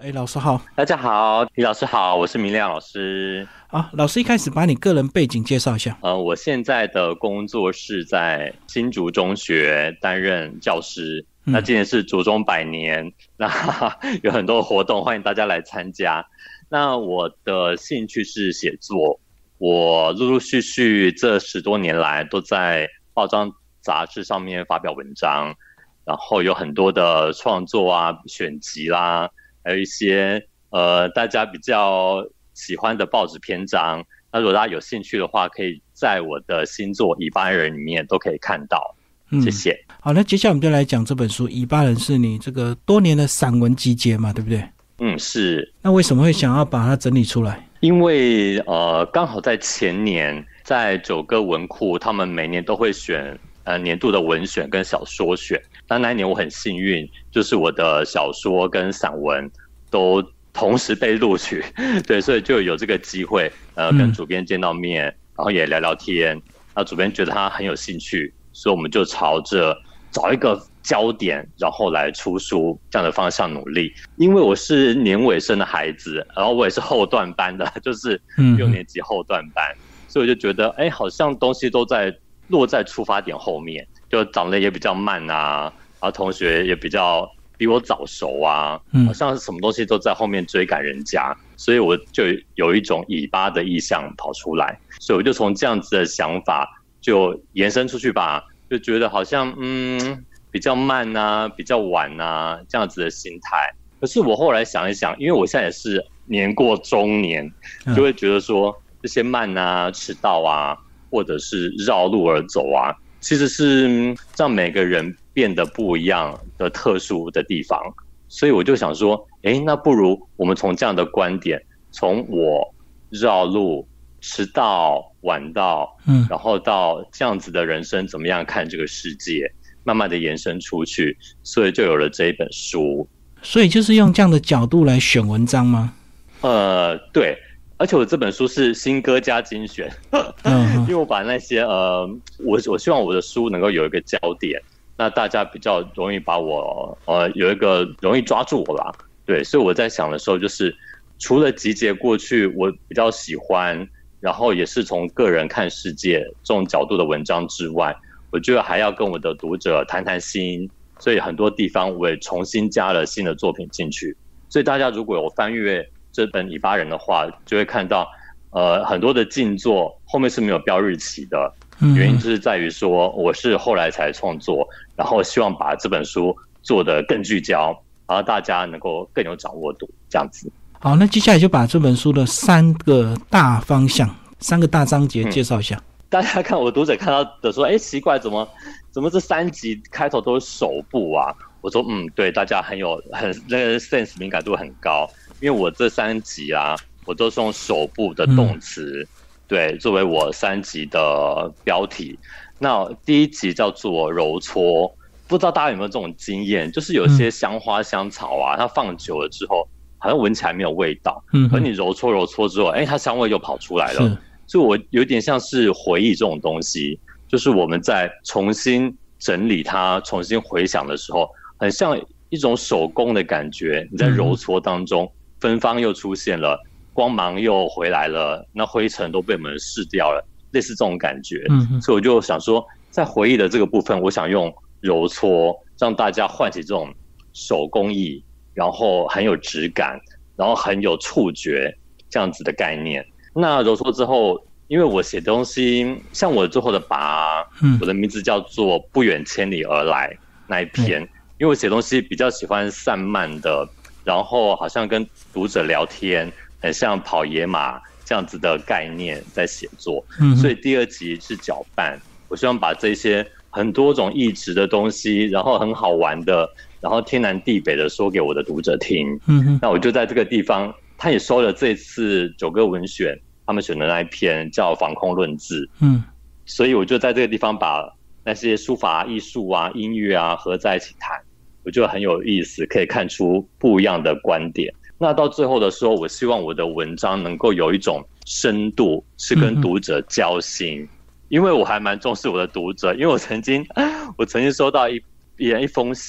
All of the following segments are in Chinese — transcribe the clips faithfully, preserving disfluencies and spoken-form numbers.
哎，老师好。 大家好，李老师好，我是明亮老师。 好，老师一开始把你个人背景介绍一下。 呃，我现在的工作是在新竹中学担任教师。嗯、那今年是竹中百年，那有很多活动，欢迎大家来参加。那我的兴趣是写作，我陆陆续续这十多年来都在报章杂志上面发表文章，然后有很多的创作啊、选集啦。还有一些呃大家比较喜欢的报纸篇章，那如果大家有兴趣的话，可以在我的新作《尾巴人》里面都可以看到。嗯、谢谢。 好，那接下来我们就来讲这本书《尾巴人》，是你这个多年的散文集结嘛，对不对？ 嗯，是。 那为什么会想要把它整理出来？ 因为呃刚好在前年，在九歌文库，他们每年都会选呃年度的文选跟小说选。那那一年我很幸运，就是我的小说跟散文都同时被录取，对，所以就有这个机会，呃，跟主编见到面，然后也聊聊天。那主编觉得他很有兴趣，所以我们就朝着找一个焦点，然后来出书这样的方向努力。因为我是年尾生的孩子，然后我也是后段班的，就是六年级后段班，嗯、所以我就觉得，哎，好像东西都在落在出发点后面。就长得也比较慢啊，然后同学也比较比我早熟啊，好像什么东西都在后面追赶人家，所以我就有一种尾巴的意象跑出来，所以我就从这样子的想法就延伸出去吧，就觉得好像嗯比较慢啊，比较晚啊这样子的心态。可是我后来想一想，因为我现在也是年过中年，就会觉得说这些慢啊、迟到啊，或者是绕路而走啊。其实是让每个人变得不一样的特殊的地方，所以我就想说，哎，那不如我们从这样的观点，从我绕路、迟到、晚到，嗯，然后到这样子的人生怎么样看这个世界，慢慢的延伸出去，所以就有了这一本书。 所以就是用这样的角度来选文章吗？ 呃，对。而且我这本书是新歌加精选，因为我把那些呃，我我希望我的书能够有一个焦点，那大家比较容易把我呃有一个容易抓住我啦，对，所以我在想的时候，就是除了集结过去我比较喜欢，然后也是从个人看世界这种角度的文章之外，我觉得还要跟我的读者谈谈心，所以很多地方我也重新加了新的作品进去，所以大家如果有翻阅这本尾巴人的话，就会看到呃很多的静坐后面是没有标日期的，原因就是在于说我是后来才创作，然后希望把这本书做得更聚焦，然后大家能够更有掌握度这样子。 好，那接下来就把这本书的三个大方向、三个大章节介绍一下。嗯、 大家看我读者看到的说，哎，奇怪，怎么怎么这三集开头都是手部啊？我说，嗯，对，大家很有很那个 sense 敏感度很高。因为我这三集啊，我都是用手部的动词，嗯、对，作为我三集的标题。那第一集叫做揉搓，不知道大家有没有这种经验，就是有些香花香草啊，它放久了之后，好像闻起来没有味道，嗯，可你揉搓揉搓之后，哎，它香味又跑出来了。所以我有点像是回忆这种东西，就是我们在重新整理它、重新回想的时候，很像一种手工的感觉，你在揉搓当中。嗯芬芳又出现了，光芒又回来了，那灰尘都被我们拭掉了，类似这种感觉。嗯，所以我就想说，在回忆的这个部分，我想用揉搓让大家唤起这种手工艺，然后很有质感，然后很有触觉这样子的概念。那揉搓之后，因为我写东西，像我最后的拔，嗯，我的名字叫做不远千里而来那一篇，嗯、因为我写东西比较喜欢散漫的。然后好像跟读者聊天，很像跑野马这样子的概念在写作，嗯、所以第二集是搅拌。我希望把这些很多种异质的东西，然后很好玩的，然后天南地北的说给我的读者听。嗯、那我就在这个地方，他也收了这次九歌文选他们选的那一篇叫《防空论字》。嗯，所以我就在这个地方把那些书法、艺术啊、音乐啊合在一起谈。我觉得很有意思，可以看出不一样的观点。那到最后的时候，我希望我的文章能够有一种深度，是跟读者交心。嗯、因为我还蛮重视我的读者，因为我曾经我曾经收到一一一封信，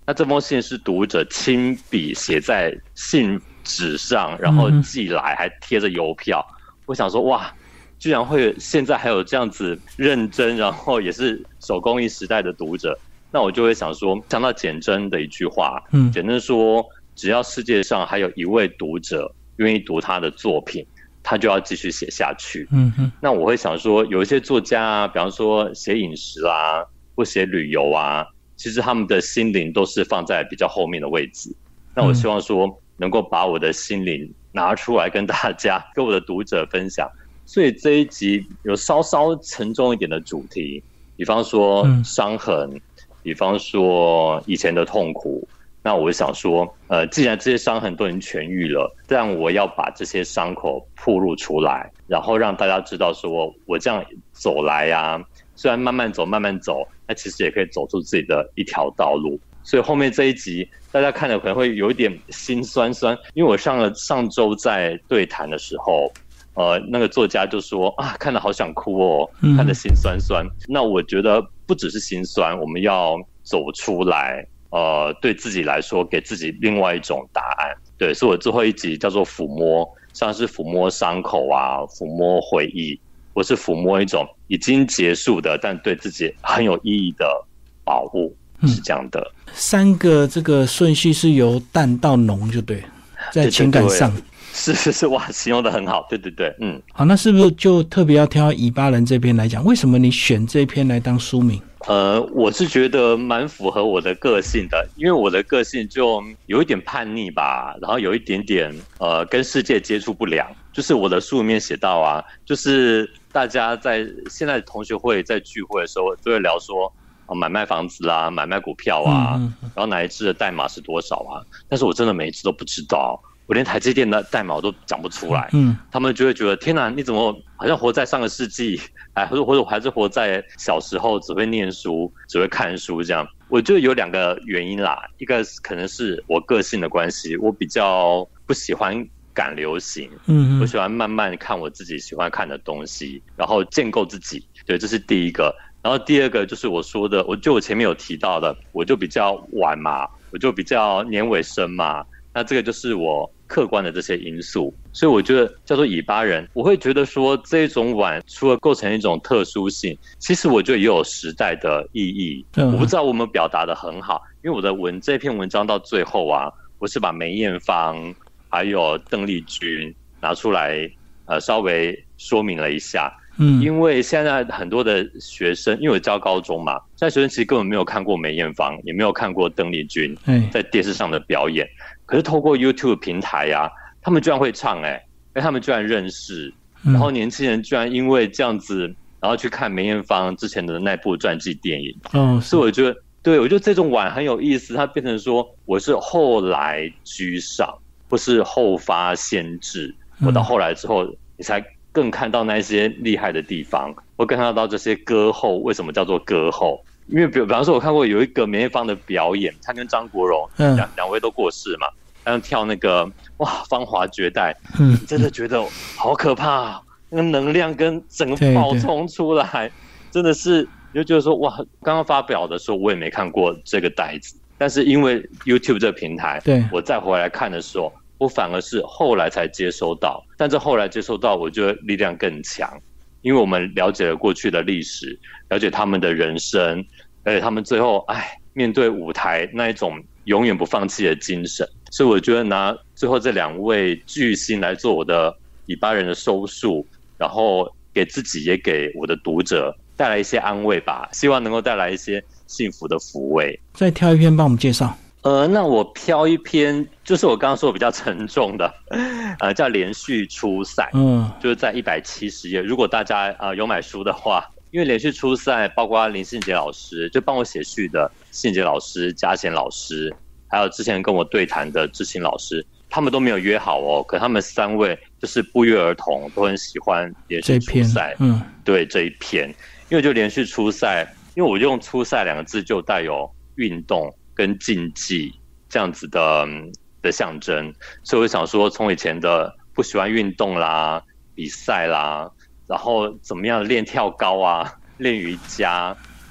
那这封信是读者亲笔写在信纸上，然后寄来，还贴着邮票。我想说，哇，居然会现在还有这样子认真，然后也是手工艺时代的读者，那我就会想说，想到简真的一句话，嗯，简真说，只要世界上还有一位读者愿意读他的作品，他就要继续写下去。嗯哼，那我会想说，有一些作家啊，比方说写饮食啊，或写旅游啊，其实他们的心灵都是放在比较后面的位置。那我希望说，能够把我的心灵拿出来跟大家、跟我的读者分享。所以这一集有稍稍沉重一点的主题，比方说伤痕，嗯、比方说以前的痛苦。那我想说，呃，既然这些伤痕都已经痊愈了，但我要把这些伤口暴露出来，然后让大家知道说，我这样走来啊，虽然慢慢走慢慢走，那其实也可以走出自己的一条道路。所以后面这一集大家看了可能会有一点心酸酸，因为我上了上周在对谈的时候，呃，那个作家就说啊，看了好想哭哦，看得心酸酸。嗯、那我觉得不只是心酸，我们要走出来。呃，对自己来说，给自己另外一种答案。对，所以我最后一集叫做抚摸，像是抚摸伤口啊，抚摸回忆，或是抚摸一种已经结束的，但对自己很有意义的保护，是这样的。 嗯、三个这个顺序是由淡到浓，就对，在情感上。 对对对，是是是，哇，形容得很好，对对对，嗯。 好，那是不是就特别要挑尾巴人这篇来讲？为什么你选这篇来当书名？ 呃，我是觉得蛮符合我的个性的，因为我的个性就有一点叛逆吧，然后有一点点呃跟世界接触不良。就是我的书里面写到啊，就是大家在现在同学会在聚会的时候，就会聊说、呃、买卖房子啊，买卖股票啊，嗯嗯，然后哪一支的代码是多少啊？但是我真的每一支都不知道。我连台积电的代码我都讲不出来，嗯，他们就会觉得天哪，你怎么好像活在上个世纪，哎，或者或者还是活在小时候只会念书、只会看书这样。我觉得有两个原因啦，一个可能是我个性的关系，我比较不喜欢赶流行，嗯，我喜欢慢慢看我自己喜欢看的东西，然后建构自己。对，这是第一个。然后第二个就是我说的，我就我前面有提到的，我就比较晚嘛，我就比较年尾生嘛。那这个就是我客观的这些因素，所以我觉得叫做尾巴人，我会觉得说这种碗除了构成一种特殊性，其实我觉得也有时代的意义。嗯、我不知道我们表达的很好，因为我的文这篇文章到最后啊，我是把梅艳芳还有邓丽君拿出来，呃，稍微说明了一下。嗯，因为现在很多的学生，因为我教高中嘛，现在学生其实根本没有看过梅艳芳，也没有看过邓丽君在电视上的表演，可是透过 YouTube 平台啊，他们居然会唱，哎，哎，他们居然认识，然后年轻人居然因为这样子，然后去看梅艳芳之前的那部传记电影。嗯，所以我觉得，对，我觉得这种碗很有意思，它变成说我是后来居上，或是后发先至，我到后来之后，你才更看到那些厉害的地方，会更看到这些歌后为什么叫做歌后。因为比比方说我看过有一个梅艳芳的表演，她跟张国荣两两、嗯、位都过世嘛，他们跳那个哇芳华绝代，嗯，真的觉得好可怕、啊，那个能量跟整个爆冲出来，真的是你就觉得说哇，刚刚发表的时候我也没看过这个带子，但是因为 YouTube 这个平台，对，我再回来看的时候，我反而是后来才接收到，但这后来接收到，我觉得力量更强，因为我们了解了过去的历史，了解他们的人生，而且他们最后哎面对舞台那一种永远不放弃的精神，所以我觉得拿最后这两位巨星来做我的尾巴人的收束，然后给自己也给我的读者带来一些安慰吧，希望能够带来一些幸福的抚慰。 再挑一篇帮我们介绍。 呃，那我挑一篇，就是我刚刚说比较沉重的，呃，叫连续出赛，嗯，就是在一百七十页。如果大家呃有买书的话，因为连续出赛，包括林信杰老师，就帮我写序的信杰老师、嘉贤老师，还有之前跟我对谈的知青老师，他们都没有约好哦，可他们三位就是不约而同都很喜欢连续出赛，嗯，对这一篇，因为就连续出赛，因为我用出赛两个字就带有运动跟竞技这样子的的象征，所以我想说，从以前的不喜欢运动啦、比赛啦，然后怎么样练跳高啊、练瑜伽，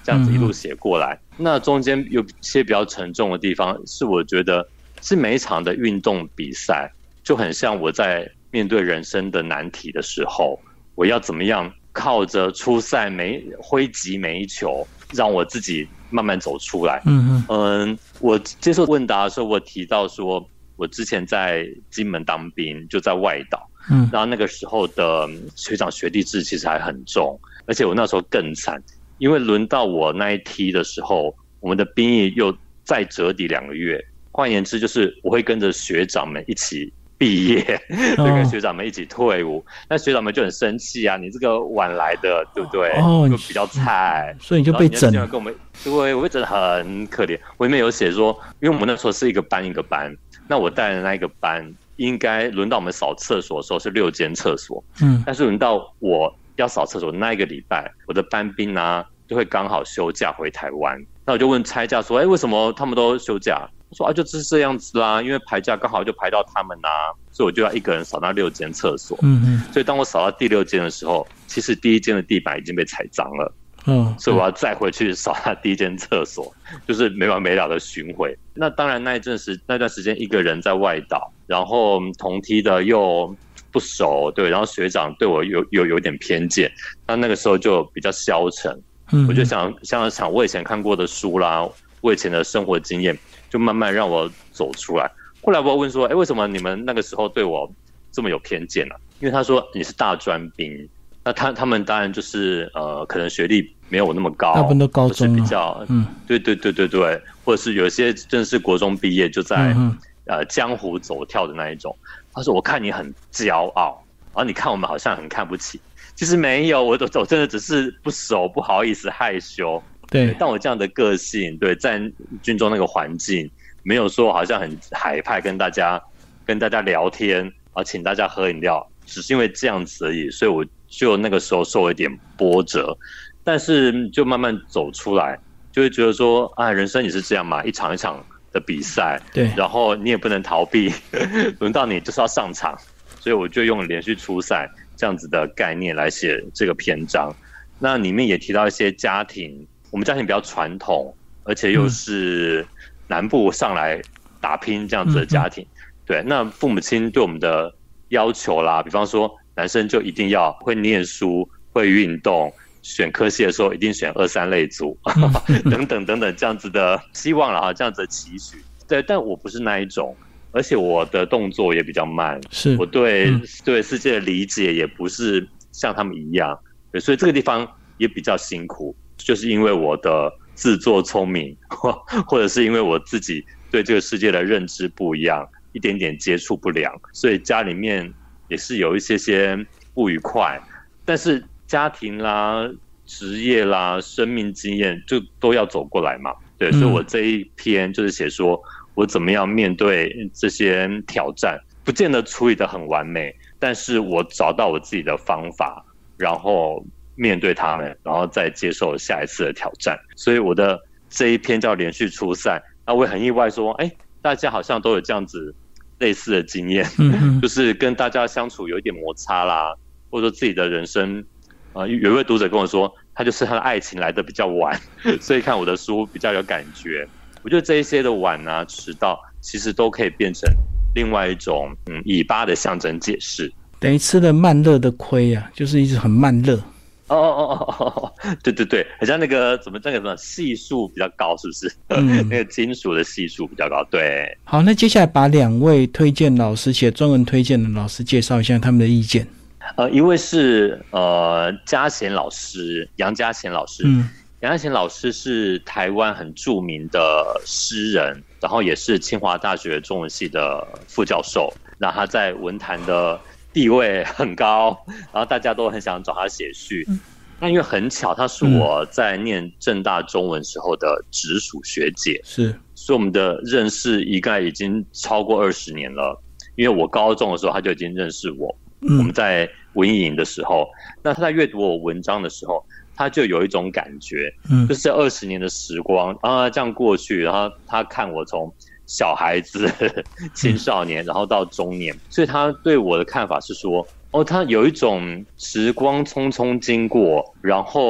这样子一路写过来。嗯、那中间有些比较沉重的地方，是我觉得是每一场的运动比赛就很像我在面对人生的难题的时候，我要怎么样靠着出赛每挥击每一球，让我自己慢慢走出来。嗯嗯，我接受问答的时候，我提到说，我之前在金门当兵，就在外岛。嗯，然后那个时候的学长学弟制其实还很重，而且我那时候更惨，因为轮到我那一梯的时候，我们的兵役又再折抵两个月。换言之，就是我会跟着学长们一起毕业，就跟学长们一起退伍。那学长们就很生气啊，你这个晚来的，对不对？哦，就比较菜， 所以你就被整。 跟我们，对，我会真的很可怜。我里面有写说，因为我们那时候是一个班一个班，那我带的那一个班，应该轮到我们扫厕所的时候是六间厕所，嗯，但是轮到我要扫厕所的那一个礼拜，我的班兵啊就会刚好休假回台湾。那我就问差价说，哎，为什么他们都休假？我说啊，就是这样子啦，因为排假刚好就排到他们啊，所以我就要一个人扫那六间厕所。嗯嗯。所以当我扫到第六间的时候，其实第一间的地板已经被踩脏了。嗯。所以我要再回去扫他第一间厕所，就是没完没了的巡回。那当然那一阵时那段时间一个人在外岛，然后同梯的又不熟，对，然后学长对我有有有点偏见，那那个时候就比较消沉。嗯。我就想想想我以前看过的书啦，我以前的生活经验。就慢慢让我走出来。后来我问说，哎，为什么你们那个时候对我这么有偏见呢、啊？因为他说你是大专兵，那他他们当然就是呃，可能学历没有我那么高， 大部分都高中， 是比较，嗯，对对对对对，或者是有些真的是国中毕业就在、嗯、呃江湖走跳的那一种。他说我看你很骄傲，然后你看我们好像很看不起，其实没有，我我真的只是不熟，不好意思，害羞。对，但我这样的个性，对，在军中那个环境，没有说好像很海派跟大家跟大家聊天啊，请大家喝饮料，只是因为这样子而已，所以我就那个时候受了一点波折，但是就慢慢走出来，就会觉得说，啊，人生也是这样嘛，一场一场的比赛，对，然后你也不能逃避，轮到你就是要上场，所以我就用连续出赛这样子的概念来写这个篇章。那里面也提到一些家庭。我们家庭比较传统，而且又是南部上来打拼这样子的家庭，嗯、对，那父母亲对我们的要求啦，比方说男生就一定要会念书、会运动，选科系的时候一定选二三类组，嗯、等等等等这样子的希望啦，哈，这样子的期许。对，但我不是那一种，而且我的动作也比较慢，是我对、嗯、对世界的理解也不是像他们一样，对，所以这个地方也比较辛苦。就是因为我的自作聪明，或者是因为我自己对这个世界的认知不一样，一点点接触不良，所以家里面也是有一些些不愉快。但是家庭啦、职业啦、生命经验就都要走过来嘛。对，所以我这一篇就是写说我怎么样面对这些挑战，不见得处理得很完美，但是我找到我自己的方法，然后面对他们，然后再接受下一次的挑战。所以我的这一篇叫连续出赛，那我也很意外说，哎，大家好像都有这样子类似的经验，嗯、就是跟大家相处有一点摩擦啦，或者说自己的人生，呃，有一位读者跟我说，他就是他的爱情来得比较晚，所以看我的书比较有感觉。我觉得这一些的晚啊、迟到，其实都可以变成另外一种嗯尾巴的象征解释。 等于吃了慢热的亏啊，就是一直很慢热。 哦哦哦哦哦，对对对，好像那个怎么那个什么系数比较高，是不是？嗯，那个金属的系数比较高。对。 好，那接下来把两位推荐老师写专文推荐的老师介绍一下他们的意见。 呃，一位是呃嘉贤老师，杨嘉贤老师。嗯，杨嘉贤老师是台湾很著名的诗人，然后也是清华大学中文系的副教授。那他在文坛的地位很高，然后大家都很想找他写序。嗯、那因为很巧，他是我在念政大中文时候的直属学姐，是，所以我们的认识应该已经超过二十年了。因为我高中的时候他就已经认识我，嗯、我们在文艺营的时候，那他在阅读我文章的时候，他就有一种感觉，嗯、就是这二十年的时光啊这样过去，然后他看我从小孩子、青少年，然后到中年，所以他对我的看法是说，哦，他有一种时光匆匆经过，然后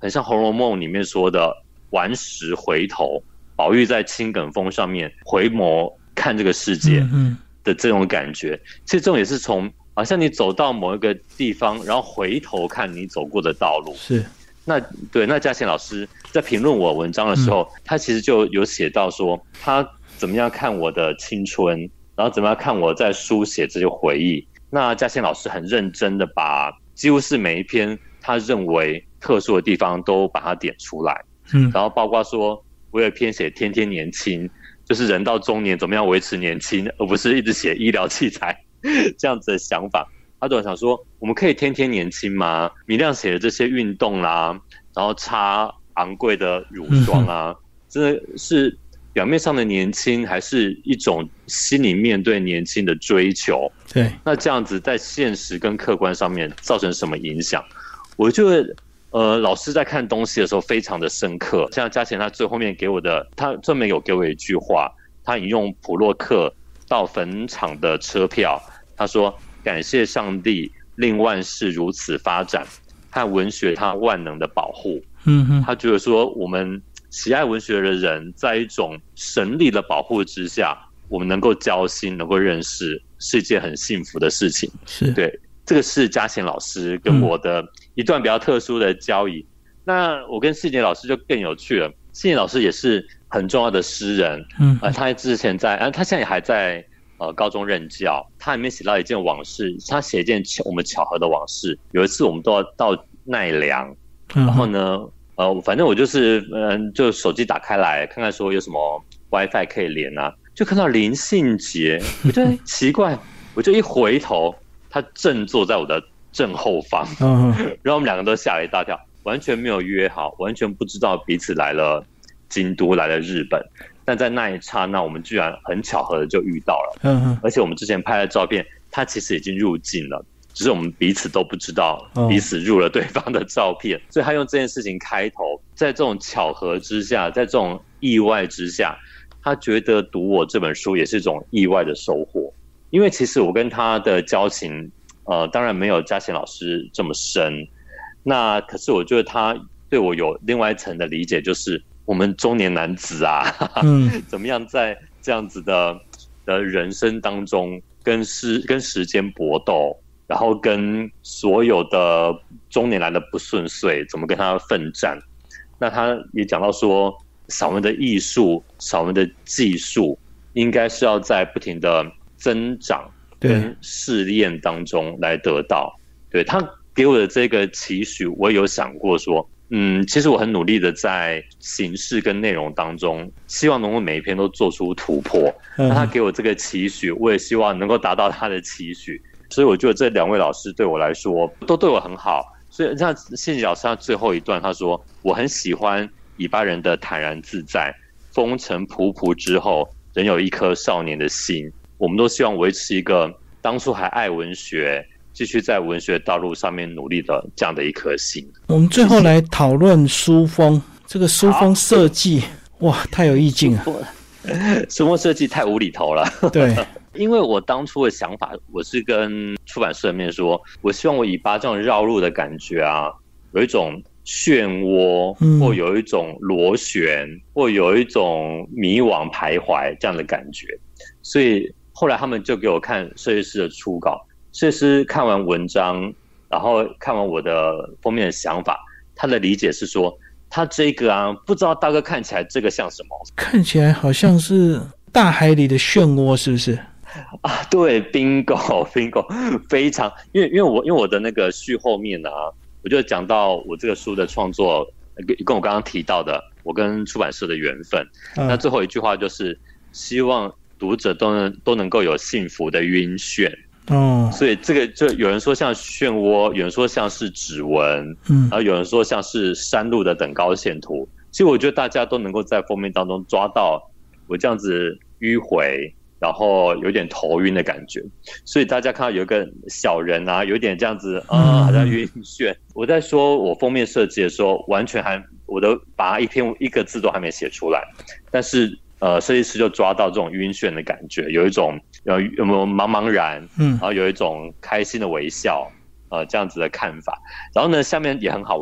很像《红楼梦》里面说的顽石回头，宝玉在青埂峰上面回眸看这个世界的这种感觉。嗯、其实这种也是从好像你走到某一个地方，然后回头看你走过的道路。 是， 那对，那嘉贤老师在评论我文章的时候，嗯、他其实就有写到说，他怎么样看我的青春，然后怎么样看我在书写这些回忆。那嘉贤老师很认真的把几乎是每一篇他认为特殊的地方都把它点出来。嗯，然后包括说我有一篇写天天年轻，就是人到中年怎么样维持年轻，而不是一直写医疗器材这样子的想法。他都想说，我们可以天天年轻吗？米亮写的这些运动啦，然后擦昂贵的乳霜啊，真的是表面上的年轻，还是一种心里面对年轻的追求？ 对， 那这样子在现实跟客观上面造成什么影响？我觉得，呃，老师在看东西的时候非常的深刻。像嘉贤他最后面给我的，他专门有给我一句话，他引用普洛克到坟场的车票，他说：“感谢上帝令万事如此发展，和文学它万能的保护。”嗯哼，他觉得说我们喜爱文学的人，在一种神力的保护之下，我们能够交心，能够认识，是一件很幸福的事情。 是， 对，这个是嘉贤老师跟我的一段比较特殊的交易。嗯、那我跟世杰老师就更有趣了。世杰老师也是很重要的诗人，嗯、呃，他之前在，呃，他现在也还在呃高中任教。他里面写到一件往事，他写一件我们巧合的往事。有一次我们都要到奈良，然后呢，呃，反正我就是嗯、呃，就手机打开来看看说有什么 WiFi 可以连啊，就看到林信杰，我觉得奇怪，我就一回头，他正坐在我的正后方，然后我们两个都吓了一大跳，完全没有约好，完全不知道彼此来了京都，来了日本，但在那一刹那，我们居然很巧合的就遇到了，而且我们之前拍的照片，他其实已经入境了。只是我们彼此都不知道彼此入了对方的照片， oh. 所以他用这件事情开头，在这种巧合之下，在这种意外之下，他觉得读我这本书也是一种意外的收获。因为其实我跟他的交情，呃，当然没有嘉贤老师这么深。那可是我觉得他对我有另外一层的理解，就是我们中年男子啊，嗯、怎么样在这样子的的人生当中，跟时跟时间搏斗。然后跟所有的中年来的不顺遂怎么跟他奋战。那他也讲到说，散文的艺术，散文的技术应该是要在不停的增长跟试炼当中来得到。对，他给我的这个期许，我也有想过说，嗯，其实我很努力的在形式跟内容当中，希望能够每一篇都做出突破。嗯、那他给我这个期许，我也希望能够达到他的期许。所以我觉得这两位老师对我来说都对我很好。所以像信杰老师他最后一段他说，我很喜欢尾巴人的坦然自在，风尘仆仆之后仍有一颗少年的心。我们都希望维持一个当初还爱文学，继续在文学道路上面努力的这样的一颗心。 我们最后来讨论书封，这个书封设计，哇，太有意境了。 书封设计太无厘头了。 对。 因为我当初的想法，我是跟出版社里面说，我希望我尾巴这种绕路的感觉啊，有一种漩涡，或有一种螺旋，或有一种迷惘徘徊这样的感觉。所以后来他们就给我看设计师的初稿，设计师看完文章，然后看完我的封面的想法，他的理解是说，他这个啊，不知道大哥看起来这个像什么？ 看起来好像是大海里的漩涡，是不是？ 啊，对 ，bingo bingo， 非常，因为因为我因为我的那个序后面啊，我就讲到我这个书的创作，跟我刚刚提到的我跟出版社的缘分。嗯、那最后一句话就是希望读者都能都能够有幸福的晕眩。哦，所以这个就有人说像漩涡，有人说像是指纹，嗯，然后有人说像是山路的等高线图。其实我觉得大家都能够在封面当中抓到我这样子迂回。然后有点头晕的感觉，所以大家看到有一个小人啊，有点这样子啊，好像晕眩。我在说我封面设计的时候，完全还我都把它一篇一个字都还没写出来，但是呃，设计师就抓到这种晕眩的感觉，有一种有有没有茫茫然，嗯，然后有一种开心的微笑，呃，这样子的看法。然后呢，下面也很好玩，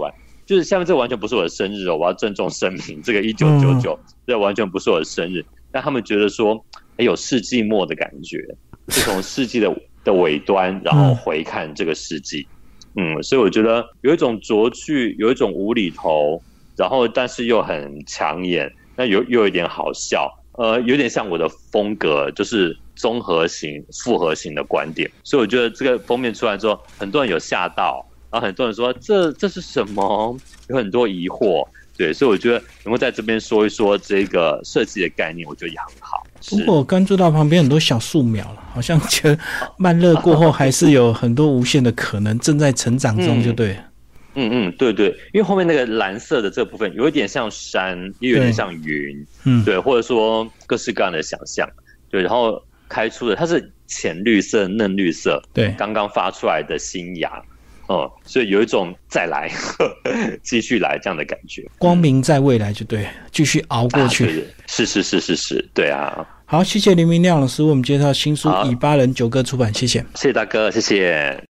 就是下面这完全不是我的生日哦，我要郑重声明，这个一九九九这完全不是我的生日。但他们觉得说，哎，有世纪末的感觉，是从世纪的的尾端，然后回看这个世纪。嗯，所以我觉得有一种拙趣，有一种无厘头，然后但是又很抢眼，那有又有一点好笑。呃，有点像我的风格，就是综合型、复合型的观点，所以我觉得这个封面出来之后，很多人有吓到，然后很多人说这这是什么，有很多疑惑，对，所以我觉得能够在这边说一说这个设计的概念，我觉得也很好。 不过我关注到旁边很多小树苗了，好像觉得慢热过后还是有很多无限的可能正在成长中，就对了。 嗯嗯，对对，因为后面那个蓝色的这部分有一点像山，也有点像云，嗯，对，或者说各式各样的想象，对，然后开出的它是浅绿色、嫩绿色， 对， 刚刚发出来的新芽，哦、嗯，所以有一种再来、继续来这样的感觉， 光明在未来，就对，继续熬过去，啊、 对对是是是是是，对啊。 好，谢谢林明亮老师为我们介绍新书《以巴人九歌》出版，谢谢， 谢谢大哥，谢谢。